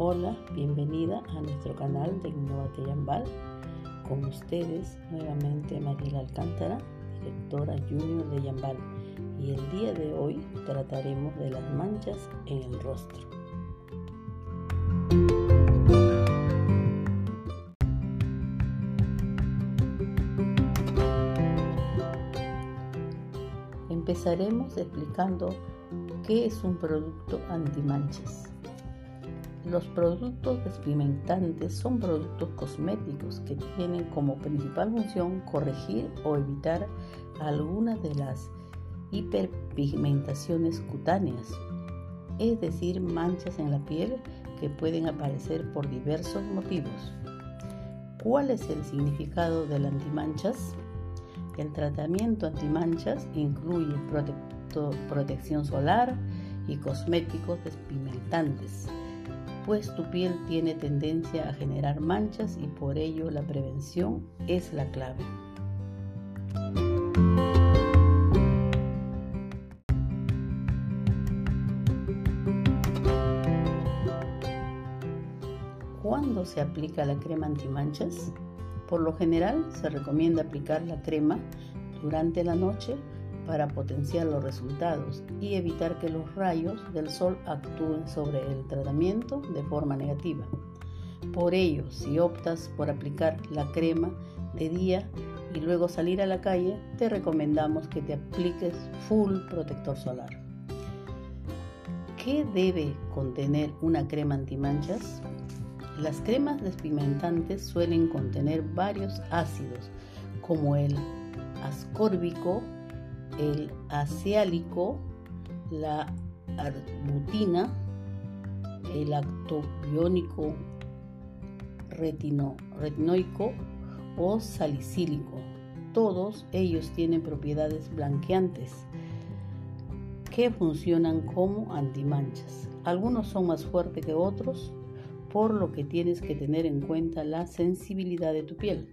Hola, bienvenida a nuestro canal de Innovate Yambal. Con ustedes nuevamente Mariela Alcántara, directora junior de Yambal. Y el día de hoy trataremos de las manchas en el rostro. Empezaremos explicando qué es un producto antimanchas. Los productos despigmentantes son productos cosméticos que tienen como principal función corregir o evitar algunas de las hiperpigmentaciones cutáneas, es decir, manchas en la piel que pueden aparecer por diversos motivos. ¿Cuál es el significado del antimanchas? El tratamiento antimanchas incluye protección solar y cosméticos despigmentantes, pues tu piel tiene tendencia a generar manchas y por ello la prevención es la clave. ¿Cuándo se aplica la crema antimanchas? Por lo general se recomienda aplicar la crema durante la noche para potenciar los resultados y evitar que los rayos del sol actúen sobre el tratamiento de forma negativa. Por ello, si optas por aplicar la crema de día y luego salir a la calle, te recomendamos que te apliques full protector solar. ¿Qué debe contener una crema antimanchas? Las cremas despigmentantes suelen contener varios ácidos como el ascórbico, el aciálico, la arbutina, el actobiónico retinoico o salicílico. Todos ellos tienen propiedades blanqueantes que funcionan como antimanchas. Algunos son más fuertes que otros, por lo que tienes que tener en cuenta la sensibilidad de tu piel.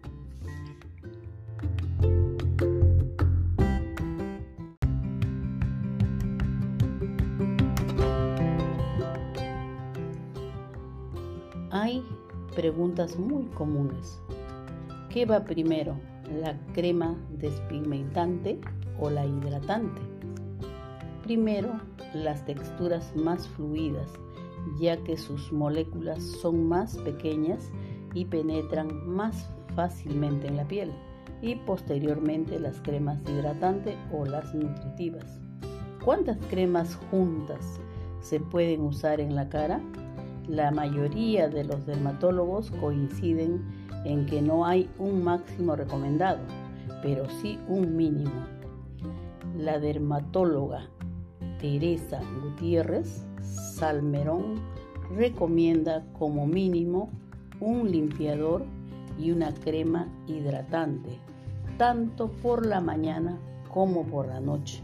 Hay preguntas muy comunes. ¿Qué va primero, la crema despigmentante o la hidratante? Primero, las texturas más fluidas, ya que sus moléculas son más pequeñas y penetran más fácilmente en la piel, y posteriormente las cremas hidratantes o las nutritivas. ¿Cuántas cremas juntas se pueden usar en la cara? La mayoría de los dermatólogos coinciden en que no hay un máximo recomendado, pero sí un mínimo. La dermatóloga Teresa Gutiérrez Salmerón recomienda como mínimo un limpiador y una crema hidratante, tanto por la mañana como por la noche.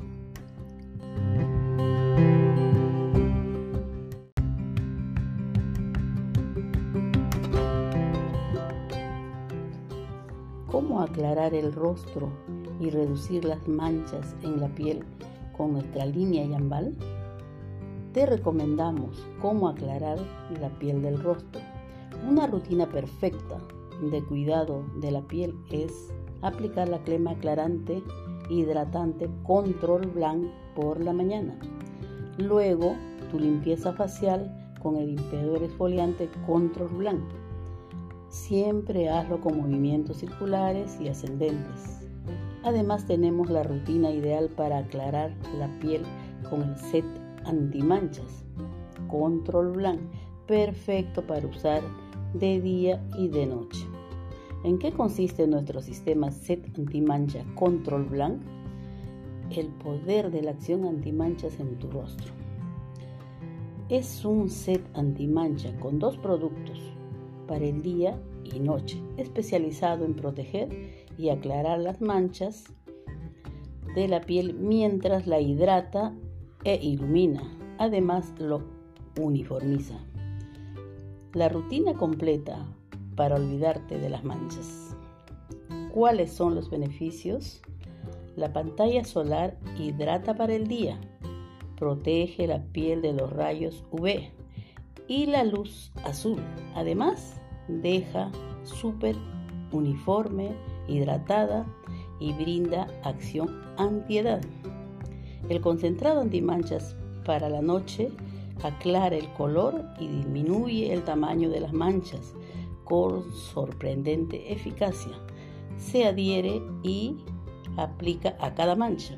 ¿Cómo aclarar el rostro y reducir las manchas en la piel con nuestra línea Yambal? Te recomendamos cómo aclarar la piel del rostro. Una rutina perfecta de cuidado de la piel es aplicar la crema aclarante hidratante Control Blanc por la mañana. Luego, tu limpieza facial con el limpiador exfoliante Control Blanc. Siempre hazlo con movimientos circulares y ascendentes. Además, tenemos la rutina ideal para aclarar la piel con el set antimanchas Control Blanc, perfecto para usar de día y de noche. ¿En qué consiste nuestro sistema set antimancha Control Blanc? El poder de la acción antimanchas en tu rostro. Es un set antimancha con 2 productos para el día y noche, especializado en proteger y aclarar las manchas de la piel mientras la hidrata e ilumina. Además, lo uniformiza. La rutina completa para olvidarte de las manchas. ¿Cuáles son los beneficios? La pantalla solar hidrata para el día, protege la piel de los rayos UV y la luz azul. Además, deja súper uniforme, hidratada y brinda acción antiedad. El concentrado antimanchas para la noche aclara el color y disminuye el tamaño de las manchas con sorprendente eficacia. Se adhiere y aplica a cada mancha.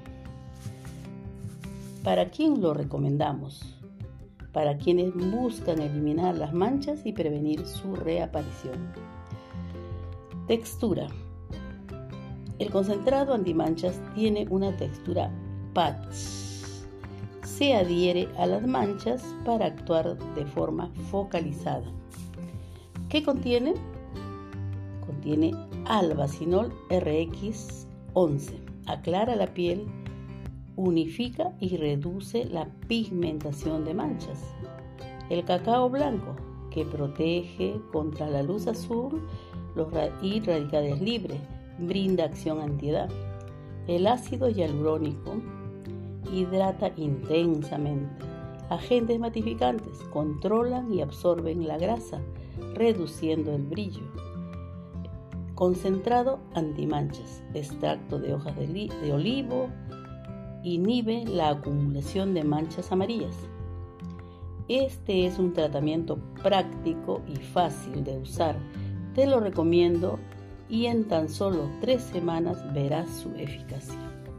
¿Para quién lo recomendamos? Para quienes buscan eliminar las manchas y prevenir su reaparición. Textura. El concentrado antimanchas tiene una textura patch. Se adhiere a las manchas para actuar de forma focalizada. ¿Qué contiene? Contiene albacinol RX11. Aclara la piel, unifica y reduce la pigmentación de manchas. El cacao blanco, que protege contra la luz azul y radicales libres, brinda acción antiedad. El ácido hialurónico hidrata intensamente. Agentes matificantes controlan y absorben la grasa, reduciendo el brillo. Concentrado antimanchas, extracto de hojas de olivo, inhibe la acumulación de manchas amarillas. Este es un tratamiento práctico y fácil de usar. Te lo recomiendo y en tan solo 3 semanas verás su eficacia.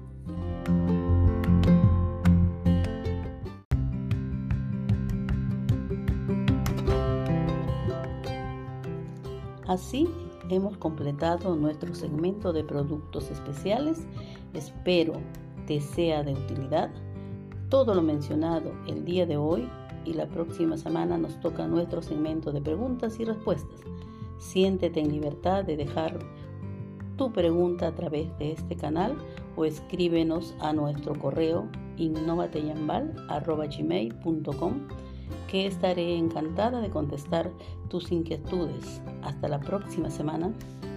Así hemos completado nuestro segmento de productos especiales. Espero te sea de utilidad. Todo lo mencionado el día de hoy y la próxima semana nos toca nuestro segmento de preguntas y respuestas. Siéntete en libertad de dejar tu pregunta a través de este canal o escríbenos a nuestro correo innovateyambal@gmail.com, que estaré encantada de contestar tus inquietudes. Hasta la próxima semana.